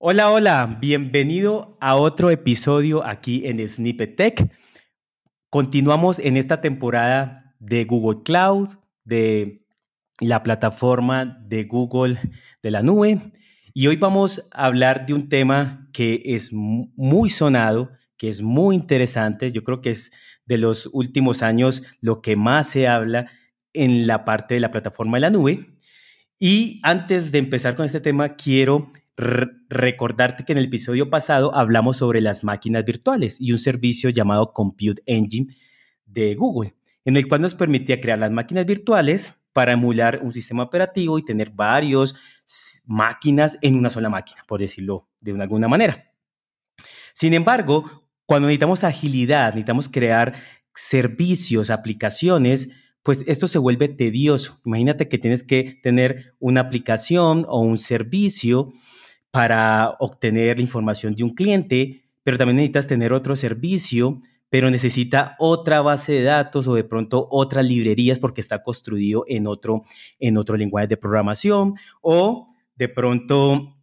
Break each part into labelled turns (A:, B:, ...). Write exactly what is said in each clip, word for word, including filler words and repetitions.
A: Hola, hola, bienvenido a otro episodio aquí en Snippet Tech. Continuamos en esta temporada de Google Cloud, de la plataforma de Google de la nube. Y hoy vamos a hablar de un tema que es mu- muy sonado, que es muy interesante. Yo creo que es de los últimos años lo que más se habla en la parte de la plataforma de la nube. Y antes de empezar con este tema, quiero r- recordarte que en el episodio pasado hablamos sobre las máquinas virtuales y un servicio llamado Compute Engine de Google, en el cual nos permitía crear las máquinas virtuales para emular un sistema operativo y tener varias máquinas en una sola máquina, por decirlo de una- alguna manera. Sin embargo, cuando necesitamos agilidad, necesitamos crear servicios, aplicaciones, pues esto se vuelve tedioso. Imagínate que tienes que tener una aplicación o un servicio para obtener la información de un cliente, pero también necesitas tener otro servicio, pero necesita otra base de datos o de pronto otras librerías porque está construido en otro, en otro lenguaje de programación o de pronto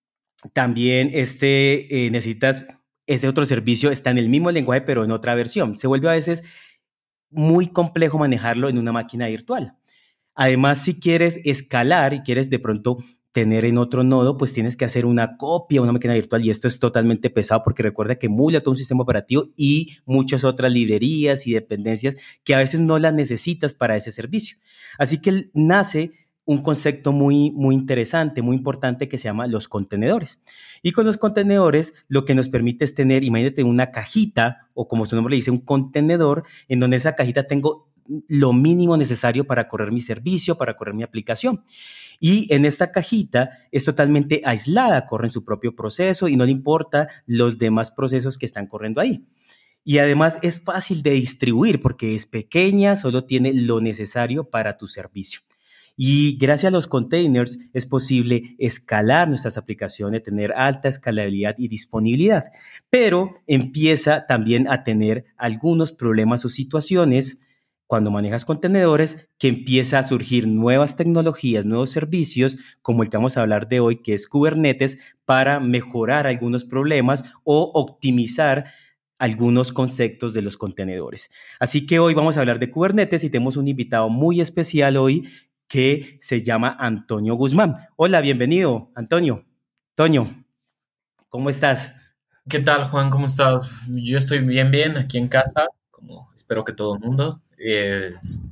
A: también este, eh, necesitas, ese otro servicio está en el mismo lenguaje, pero en otra versión. Se vuelve a veces muy complejo manejarlo en una máquina virtual. Además, si quieres escalar y quieres de pronto tener en otro nodo, pues tienes que hacer una copia, una máquina virtual, y esto es totalmente pesado porque recuerda que emula todo un sistema operativo y muchas otras librerías y dependencias que a veces no las necesitas para ese servicio. Así que nace un concepto muy, muy interesante, muy importante que se llama los contenedores. Y con los contenedores lo que nos permite es tener, imagínate, una cajita o como su nombre le dice, un contenedor en donde esa cajita tengo lo mínimo necesario para correr mi servicio, para correr mi aplicación. Y en esta cajita es totalmente aislada, corre en su propio proceso y no le importa los demás procesos que están corriendo ahí. Y además es fácil de distribuir porque es pequeña, solo tiene lo necesario para tu servicio. Y gracias a los containers es posible escalar nuestras aplicaciones, tener alta escalabilidad y disponibilidad, pero empieza también a tener algunos problemas o situaciones cuando manejas contenedores, que empieza a surgir nuevas tecnologías, nuevos servicios, como el que vamos a hablar de hoy, que es Kubernetes, para mejorar algunos problemas o optimizar algunos conceptos de los contenedores. Así que hoy vamos a hablar de Kubernetes y tenemos un invitado muy especial hoy que se llama Antonio Guzmán. Hola, bienvenido, Antonio. Toño, ¿cómo estás?
B: ¿Qué tal, Juan? ¿Cómo estás? Yo estoy bien, bien aquí en casa, como espero que todo el mundo. Eh, este,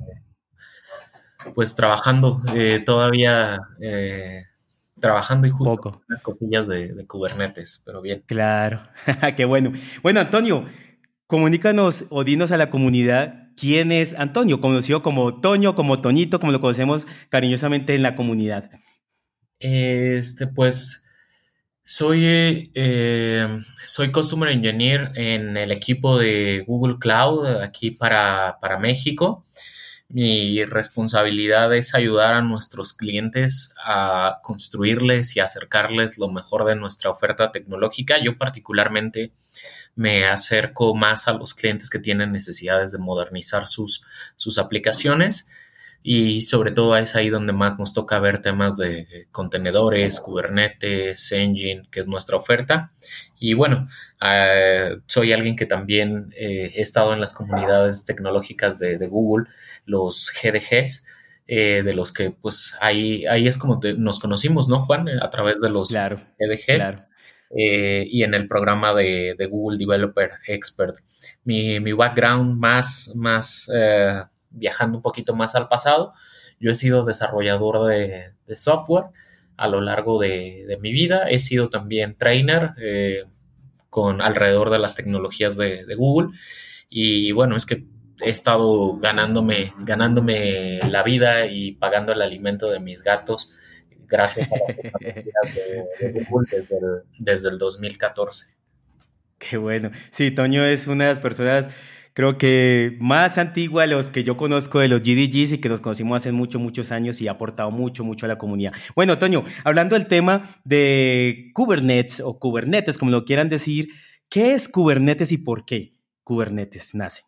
B: pues trabajando, eh, todavía eh, trabajando y
A: Un
B: justo
A: poco.
B: unas cosillas de, de Kubernetes, pero bien.
A: Claro, qué bueno. Bueno, Antonio, comunícanos o dinos a la comunidad quién es Antonio, conocido como Toño, como Toñito, como lo conocemos cariñosamente en la comunidad.
B: Este, pues soy, eh, soy Customer Engineer en el equipo de Google Cloud aquí para, para México. Mi responsabilidad es ayudar a nuestros clientes a construirles y acercarles lo mejor de nuestra oferta tecnológica. Yo particularmente me acerco más a los clientes que tienen necesidades de modernizar sus, sus aplicaciones y sobre todo es ahí donde más nos toca ver temas de contenedores, Kubernetes, Engine, que es nuestra oferta. Y bueno, uh, soy alguien que también eh, he estado en las comunidades tecnológicas de, de Google, los G D Gs, eh, de los que pues ahí, ahí es como te, nos conocimos, ¿no, Juan? A través de los
A: Claro,
B: G D Gs
A: claro.
B: eh, y en el programa de, de, Google Developer Expert. Mi, mi background más, más eh, viajando un poquito más al pasado, yo he sido desarrollador de, de software a lo largo de, de, mi vida, he sido también trainer eh, con alrededor de las tecnologías de, de Google y bueno, es que he estado ganándome, ganándome la vida y pagando el alimento de mis gatos gracias a las tecnologías de, de Google desde el, desde el dos mil catorce.
A: Qué bueno. Sí, Toño es una de las personas, creo que más antigua de los que yo conozco de los G D Gs y que nos conocimos hace muchos, muchos años y ha aportado mucho, mucho a la comunidad. Bueno, Toño, hablando del tema de Kubernetes o Kubernetes, como lo quieran decir, ¿qué es Kubernetes y por qué Kubernetes nace?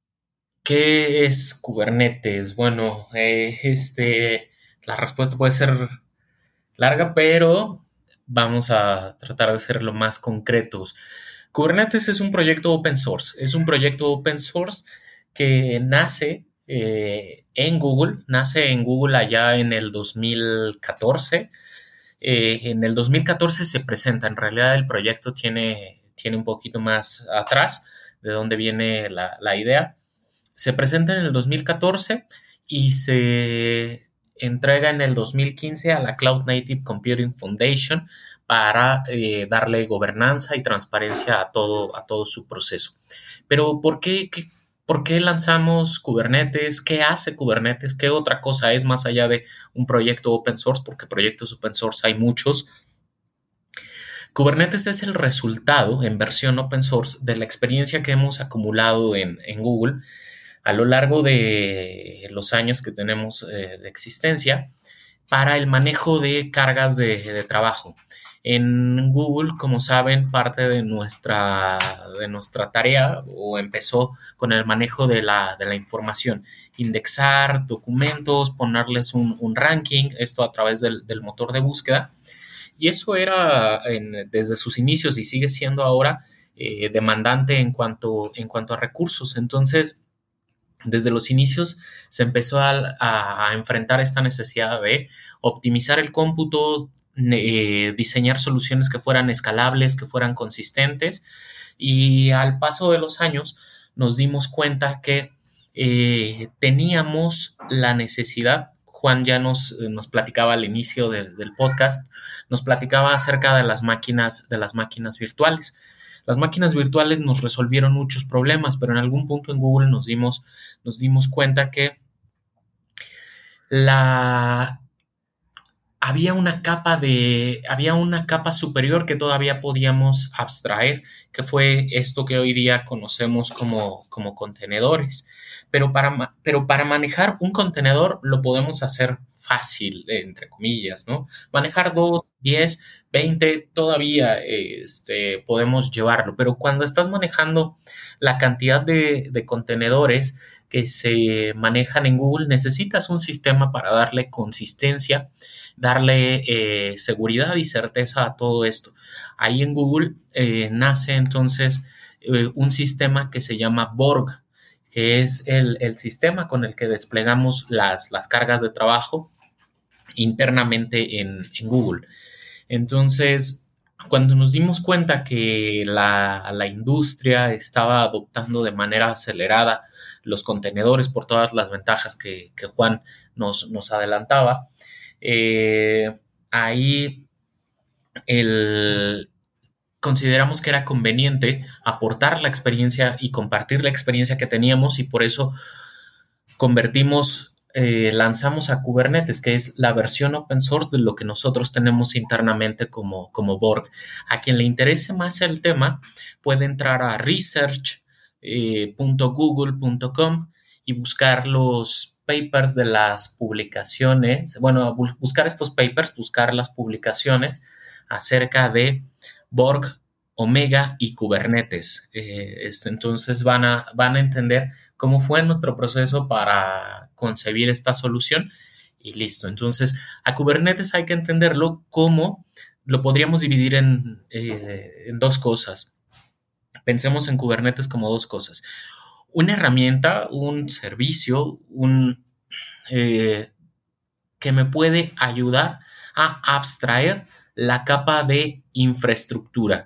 B: ¿Qué es Kubernetes? Bueno, eh, este, la respuesta puede ser larga, pero vamos a tratar de ser lo más concretos. Kubernetes es un proyecto open source, es un proyecto open source que nace eh, en Google, nace en Google allá en el dos mil catorce. Eh, en el dos mil catorce se presenta, en realidad el proyecto tiene, tiene un poquito más atrás de dónde viene la, la idea. Se presenta en el dos mil catorce y se entrega en el dos mil quince a la Cloud Native Computing Foundation para eh, darle gobernanza y transparencia a todo, a todo su proceso. Pero ¿por qué, qué, ¿por qué lanzamos Kubernetes? ¿Qué hace Kubernetes? ¿Qué otra cosa es más allá de un proyecto open source? Porque proyectos open source hay muchos. Kubernetes es el resultado en versión open source de la experiencia que hemos acumulado en, en Google a lo largo de los años que tenemos eh, de existencia para el manejo de cargas de, de trabajo. En Google, como saben, parte de nuestra, de nuestra tarea o empezó con el manejo de la, de la información, indexar documentos, ponerles un, un ranking, esto a través del, del motor de búsqueda. Y eso era en, desde sus inicios y sigue siendo ahora eh, demandante en cuanto, en cuanto a recursos. Entonces, desde los inicios se empezó a, a, a enfrentar esta necesidad de optimizar el cómputo, eh, diseñar soluciones que fueran escalables, que fueran consistentes, y al paso de los años nos dimos cuenta que eh, teníamos la necesidad. Juan ya nos, nos platicaba al inicio de, del podcast, nos platicaba acerca de las máquinas, de las máquinas virtuales. Las máquinas virtuales nos resolvieron muchos problemas, pero en algún punto en Google nos dimos, nos dimos cuenta que la, había una capa de, había una capa superior que todavía podíamos abstraer, que fue esto que hoy día conocemos como, como contenedores. Pero para, pero para manejar un contenedor lo podemos hacer fácil, entre comillas, ¿no? Manejar dos, diez, veinte, todavía este, podemos llevarlo, pero cuando estás manejando la cantidad de, de contenedores que se manejan en Google, necesitas un sistema para darle consistencia, darle eh, seguridad y certeza a todo esto. Ahí en Google eh, nace entonces eh, un sistema que se llama Borg, que es el, el sistema con el que desplegamos las, las cargas de trabajo internamente en, en Google. Entonces, cuando nos dimos cuenta que la, la industria estaba adoptando de manera acelerada los contenedores por todas las ventajas que, que Juan nos, nos adelantaba, eh, ahí el, consideramos que era conveniente aportar la experiencia y compartir la experiencia que teníamos, y por eso convertimos, eh, lanzamos a Kubernetes, que es la versión open source de lo que nosotros tenemos internamente como, como Borg. A quien le interese más el tema puede entrar a research punto google punto com y buscar los papers de las publicaciones, bueno, buscar estos papers, buscar las publicaciones acerca de Borg, Omega y Kubernetes. Eh, este, entonces van a, van a entender cómo fue nuestro proceso para concebir esta solución y listo. Entonces, a Kubernetes hay que entenderlo como lo podríamos dividir en, eh, en dos cosas. Pensemos en Kubernetes como dos cosas. Una herramienta, un servicio, un, eh, que me puede ayudar a abstraer la capa de infraestructura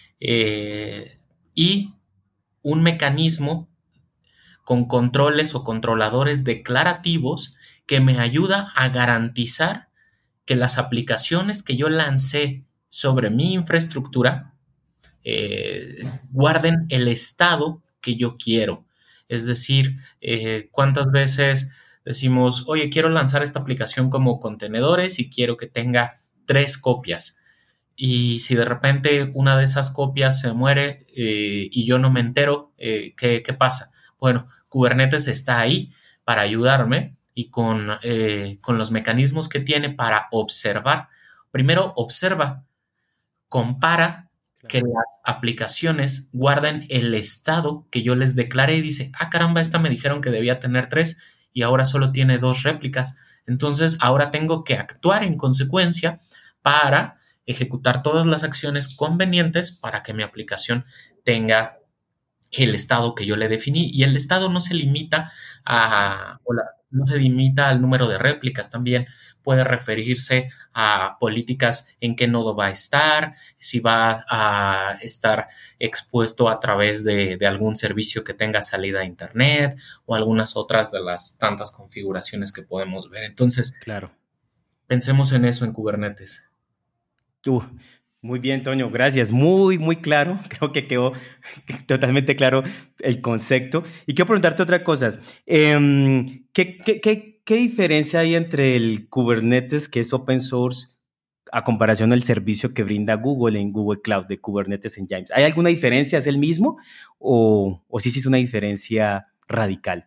B: eh, y un mecanismo con controles o controladores declarativos que me ayuda a garantizar que las aplicaciones que yo lancé sobre mi infraestructura eh, guarden el estado que yo quiero. Es decir, eh, cuántas veces decimos, oye, quiero lanzar esta aplicación como contenedores y quiero que tenga tres copias. Y si de repente una de esas copias se muere eh, y yo no me entero, eh, ¿qué, ¿qué pasa? Bueno, Kubernetes está ahí para ayudarme y con, eh, con los mecanismos que tiene para observar. Primero, observa, compara que las aplicaciones guarden el estado que yo les declaré y dice, ah, caramba, esta me dijeron que debía tener tres y ahora solo tiene dos réplicas. Entonces, ahora tengo que actuar en consecuencia para ejecutar todas las acciones convenientes para que mi aplicación tenga el estado que yo le definí. Y el estado no se limita a, o la- no se limita al número de réplicas, también puede referirse a políticas en qué nodo va a estar, si va a estar expuesto a través de, de algún servicio que tenga salida a internet o algunas otras de las tantas configuraciones que podemos ver. Entonces,
A: Claro.
B: pensemos en eso en Kubernetes.
A: Uh, muy bien, Toño, gracias. Muy, muy claro. Creo que quedó totalmente claro el concepto. Y quiero preguntarte otra cosa. Em, ¿qué, qué, qué, qué diferencia hay entre el Kubernetes, que es open source, a comparación del servicio que brinda Google en Google Cloud de Kubernetes Engines? ¿Hay alguna diferencia? ¿Es el mismo? ¿O, o sí, sí es una diferencia radical?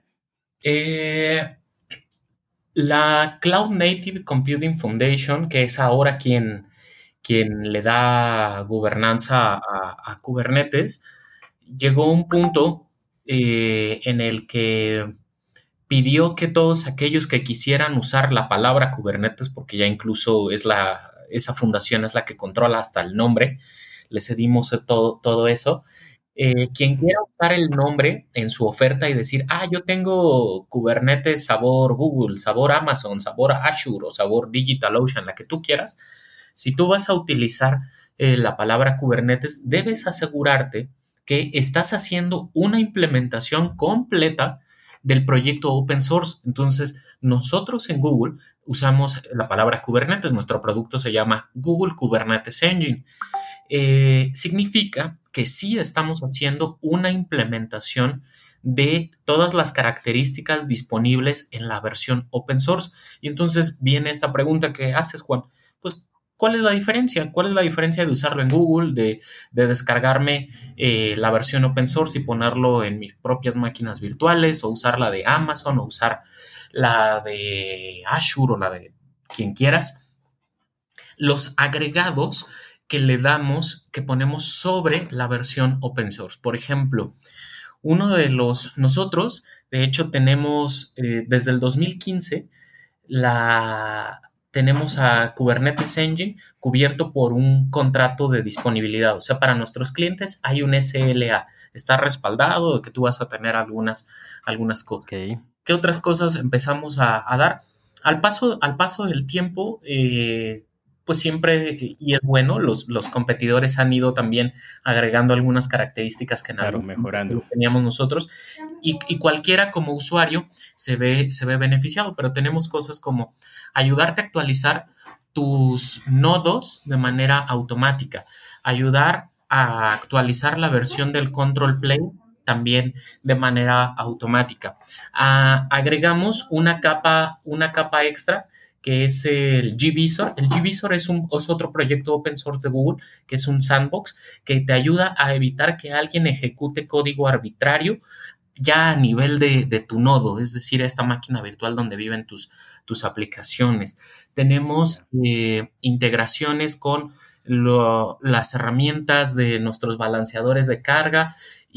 B: Eh, la Cloud Native Computing Foundation, que es ahora quien, quien le da gobernanza a, a Kubernetes, llegó a un punto eh, en el que pidió que todos aquellos que quisieran usar la palabra Kubernetes, porque ya incluso es la, esa fundación es la que controla hasta el nombre, le cedimos todo, todo eso. Eh, quien quiera usar el nombre en su oferta y decir, ah, yo tengo Kubernetes sabor Google, sabor Amazon, sabor Azure o sabor DigitalOcean, la que tú quieras, si tú vas a utilizar eh, la palabra Kubernetes, debes asegurarte que estás haciendo una implementación completa del proyecto open source. Entonces, nosotros en Google usamos la palabra Kubernetes. Nuestro producto se llama Google Kubernetes Engine. Eh, significa que sí estamos haciendo una implementación de todas las características disponibles en la versión open source. Y entonces viene esta pregunta que haces, Juan. Pues, ¿cuál es la diferencia? ¿Cuál es la diferencia de usarlo en Google, de, de descargarme eh, la versión open source y ponerlo en mis propias máquinas virtuales, o usar la de Amazon, o usar la de Azure, o la de quien quieras? Los agregados que le damos, que ponemos sobre la versión open source. Por ejemplo, uno de los, nosotros, de hecho, tenemos eh, desde el dos mil quince, la, tenemos a Kubernetes Engine cubierto por un contrato de disponibilidad. O sea, para nuestros clientes hay un S L A, está respaldado de que tú vas a tener algunas, algunas cosas.
A: Ok.
B: ¿Qué otras cosas empezamos a, a dar? Al paso, al paso del tiempo, eh, pues siempre, y es bueno, los, los competidores han ido también agregando algunas características que en
A: Claro,
B: algún
A: mejorando.
B: momento teníamos nosotros, y, y cualquiera como usuario se ve, se ve beneficiado, pero tenemos cosas como ayudarte a actualizar tus nodos de manera automática, ayudar a actualizar la versión del control plane también de manera automática. Ah, agregamos una capa, una capa extra que es el gVisor. El gVisor es, un, es otro proyecto open source de Google, que es un sandbox que te ayuda a evitar que alguien ejecute código arbitrario ya a nivel de, de tu nodo, es decir, esta máquina virtual donde viven tus, tus aplicaciones. Tenemos eh, integraciones con lo, las herramientas de nuestros balanceadores de carga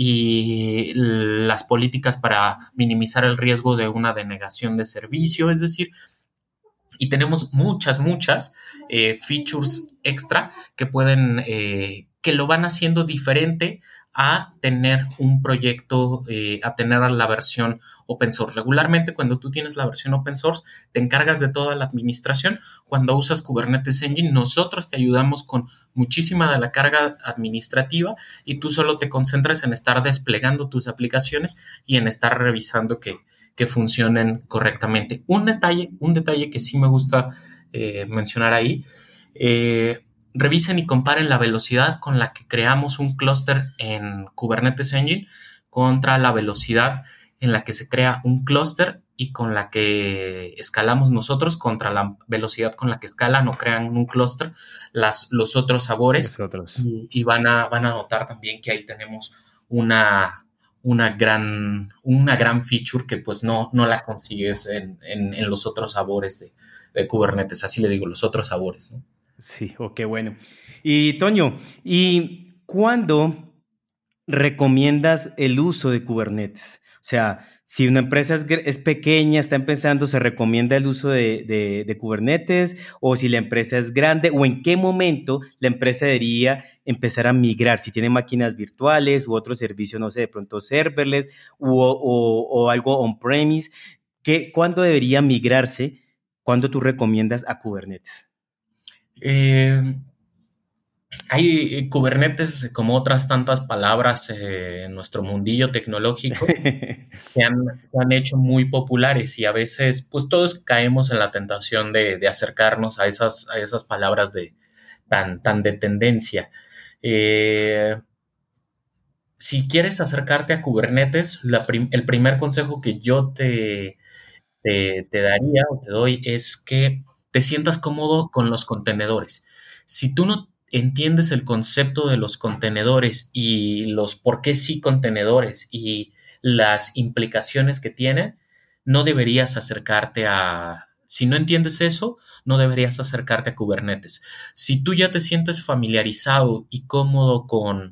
B: y las políticas para minimizar el riesgo de una denegación de servicio, es decir, y tenemos muchas, muchas eh, features extra que pueden, eh, que lo van haciendo diferente a tener un proyecto, eh, a tener la versión open source. Regularmente, cuando tú tienes la versión open source, te encargas de toda la administración. Cuando usas Kubernetes Engine, nosotros te ayudamos con muchísima de la carga administrativa y tú solo te concentras en estar desplegando tus aplicaciones y en estar revisando que, que funcionen correctamente. Un detalle, un detalle que sí me gusta eh, mencionar ahí, eh, revisen y comparen la velocidad con la que creamos un clúster en Kubernetes Engine contra la velocidad en la que se crea un clúster y con la que escalamos nosotros contra la velocidad con la que escalan o crean un clúster las, los otros sabores.
A: Nosotros.
B: Y, y van, a, van a notar también que ahí tenemos una, una gran, una gran feature que pues no, no la consigues en, en, en los otros sabores de, de Kubernetes, así le digo, los otros sabores, ¿no?
A: Sí, oh, qué bueno. Y Toño, ¿y cuándo recomiendas el uso de Kubernetes? O sea, si una empresa es, gr- es pequeña, está empezando, ¿se recomienda el uso de, de- de Kubernetes? O si la empresa es grande, o en qué momento la empresa debería empezar a migrar, si tiene máquinas virtuales u otro servicio, no sé, de pronto serverless u- o, o algo on-premise, ¿qué, ¿cuándo debería migrarse? ¿Cuándo tú recomiendas a Kubernetes?
B: Eh, Hay eh, Kubernetes, como otras tantas palabras eh, en nuestro mundillo tecnológico, se han, se han hecho muy populares y a veces, pues todos caemos en la tentación de, de acercarnos a esas, a esas palabras de, tan, tan de tendencia. Eh, si quieres acercarte a Kubernetes, la prim- el primer consejo que yo te, te, te daría o te doy es que te sientas cómodo con los contenedores. Si tú no entiendes el concepto de los contenedores y los por qué sí contenedores y las implicaciones que tienen, no deberías acercarte a... Si no entiendes eso, no deberías acercarte a Kubernetes. Si tú ya te sientes familiarizado y cómodo con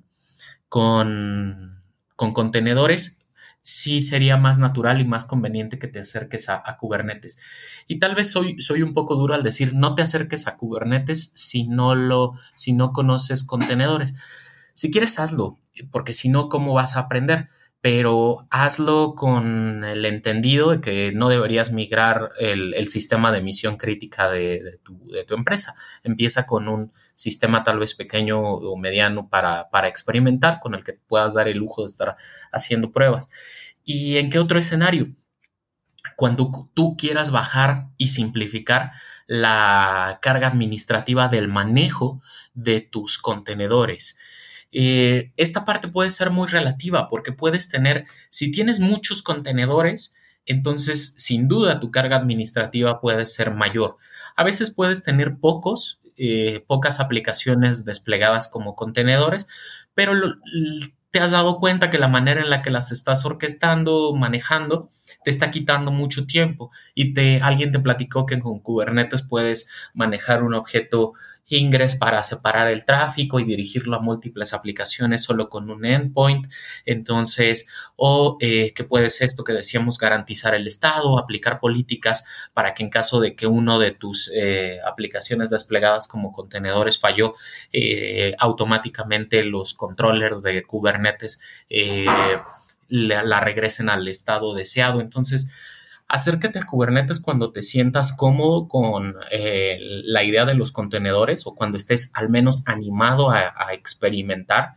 B: con, con contenedores, sí sería más natural y más conveniente que te acerques a, a Kubernetes. Y tal vez soy, soy un poco duro al decir no te acerques a Kubernetes si no lo, si no conoces contenedores. Si quieres, hazlo, porque si no, ¿cómo vas a aprender? Pero hazlo con el entendido de que no deberías migrar el, el sistema de misión crítica de, de, tu, de, tu, empresa. Empieza con un sistema tal vez pequeño o mediano para, para experimentar, con el que puedas dar el lujo de estar haciendo pruebas. ¿Y en qué otro escenario? Cuando tú quieras bajar y simplificar la carga administrativa del manejo de tus contenedores. Eh, esta parte puede ser muy relativa porque puedes tener, si tienes muchos contenedores, entonces sin duda tu carga administrativa puede ser mayor. A veces puedes tener pocos, eh, pocas aplicaciones desplegadas como contenedores, pero lo, te has dado cuenta que la manera en la que las estás orquestando, manejando, te está quitando mucho tiempo y te, alguien te platicó que con Kubernetes puedes manejar un objeto Ingress para separar el tráfico y dirigirlo a múltiples aplicaciones solo con un endpoint. Entonces, o eh, que puedes esto que decíamos, garantizar el estado, aplicar políticas para que en caso de que uno de tus eh, aplicaciones desplegadas como contenedores falló, eh, automáticamente los controllers de Kubernetes eh, la, la regresen al estado deseado. Entonces, acércate a Kubernetes cuando te sientas cómodo con eh, la idea de los contenedores o cuando estés al menos animado a, a experimentar.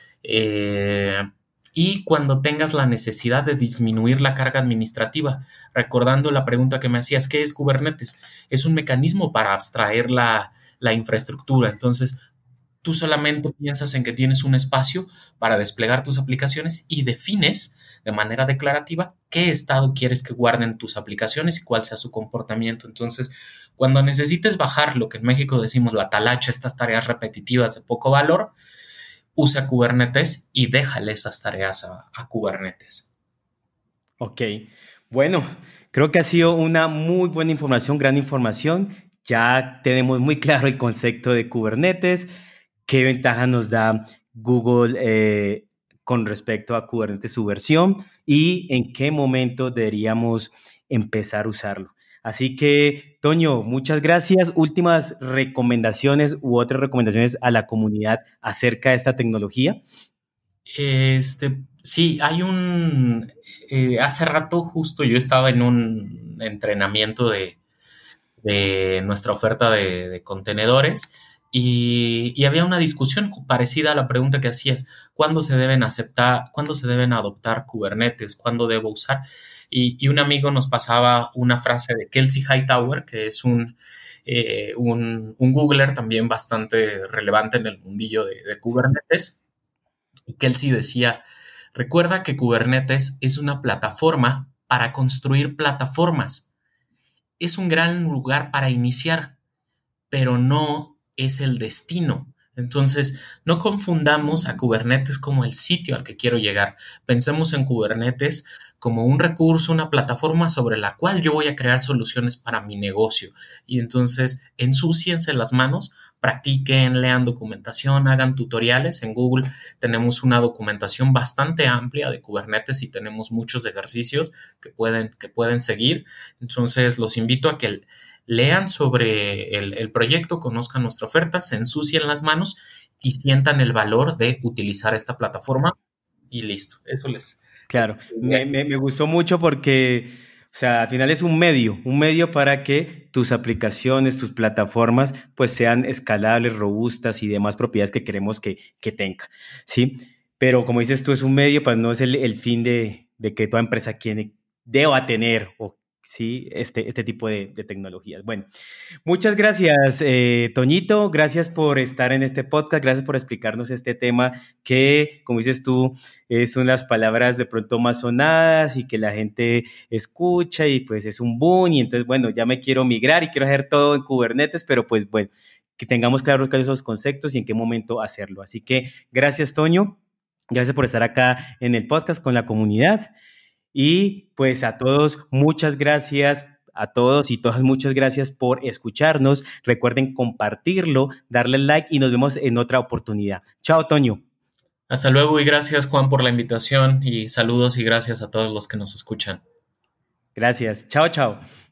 B: Eh, y cuando tengas la necesidad de disminuir la carga administrativa, recordando la pregunta que me hacías, ¿qué es Kubernetes? Es un mecanismo para abstraer la, la infraestructura. Entonces, tú solamente piensas en que tienes un espacio para desplegar tus aplicaciones y defines de manera declarativa qué estado quieres que guarden tus aplicaciones y cuál sea su comportamiento. Entonces, cuando necesites bajar lo que en México decimos la talacha, estas tareas repetitivas de poco valor, usa Kubernetes y déjale esas tareas a, a Kubernetes.
A: Ok, bueno, creo que ha sido una muy buena información, gran información. Ya tenemos muy claro el concepto de Kubernetes, qué ventaja nos da Google eh, con respecto a Kubernetes, su versión, y en qué momento deberíamos empezar a usarlo. Así que, Toño, muchas gracias. Últimas recomendaciones u otras recomendaciones a la comunidad acerca de esta tecnología.
B: Este, sí, hay un, eh, hace rato justo yo estaba en un entrenamiento de, de nuestra oferta de, de contenedores y, y, había una discusión parecida a la pregunta que hacías, ¿cuándo se deben aceptar, cuándo se deben adoptar Kubernetes, cuándo debo usar? Y, y un amigo nos pasaba una frase de Kelsey Hightower, que es un, eh, un, un Googler también bastante relevante en el mundillo de, de Kubernetes, y Kelsey decía, recuerda que Kubernetes es una plataforma para construir plataformas. Es un gran lugar para iniciar, pero no es el destino. Entonces, no confundamos a Kubernetes como el sitio al que quiero llegar. Pensemos en Kubernetes como un recurso, una plataforma sobre la cual yo voy a crear soluciones para mi negocio. Y entonces ensúciense las manos, practiquen, lean documentación, hagan tutoriales. En Google tenemos una documentación bastante amplia de Kubernetes y tenemos muchos ejercicios que pueden, que pueden seguir. Entonces los invito a que lean sobre el, el proyecto, conozcan nuestra oferta, se ensucien las manos y sientan el valor de utilizar esta plataforma y listo. Eso les, les
A: Claro,
B: diría.
A: me, me- me gustó mucho porque, o sea, al final es un medio, un medio para que tus aplicaciones, tus plataformas, pues sean escalables, robustas y demás propiedades que queremos que, que tenga, ¿sí? Pero como dices tú, es un medio, pues no es el, el fin de, de que toda empresa quiere, deba tener, o, ¿sí? Este, este tipo de, de tecnologías. Bueno, muchas gracias, eh, Toñito. Gracias por estar en este podcast. Gracias por explicarnos este tema que, como dices tú, eh, son las palabras de pronto más sonadas y que la gente escucha y pues es un boom y entonces, bueno, ya me quiero migrar y quiero hacer todo en Kubernetes, pero pues bueno, que tengamos claros cuáles son los conceptos y en qué momento hacerlo. Así que gracias, Toño. Gracias por estar acá en el podcast con la comunidad. Y pues a todos, muchas gracias. A todos y todas, muchas gracias por escucharnos. Recuerden compartirlo, darle like y nos vemos en otra oportunidad. Chao, Toño.
B: Hasta luego y gracias, Juan, por la invitación y saludos y gracias a todos los que nos escuchan.
A: Gracias. Chao, chao.